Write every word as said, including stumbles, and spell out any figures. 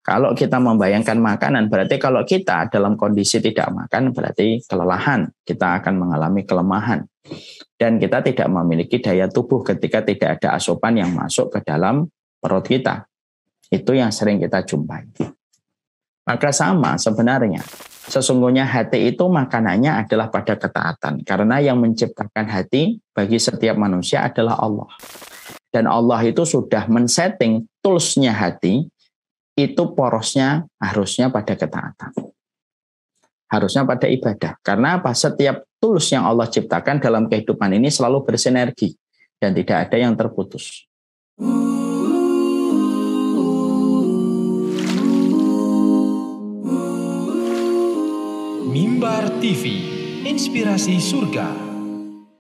Kalau kita membayangkan makanan, berarti kalau kita dalam kondisi tidak makan, berarti kelelahan. Kita akan mengalami kelemahan. Dan kita tidak memiliki daya tubuh ketika tidak ada asupan yang masuk ke dalam perut kita. Itu yang sering kita jumpai. Maka sama sebenarnya. Sesungguhnya hati itu makanannya adalah pada ketaatan. Karena yang menciptakan hati bagi setiap manusia adalah Allah. Dan Allah itu sudah men-setting tools-nya hati, itu porosnya harusnya pada ketaatan. Harusnya pada ibadah. Karena apa? Setiap tools yang Allah ciptakan dalam kehidupan ini selalu bersinergi. Dan tidak ada yang terputus. Mimbar T V, inspirasi surga.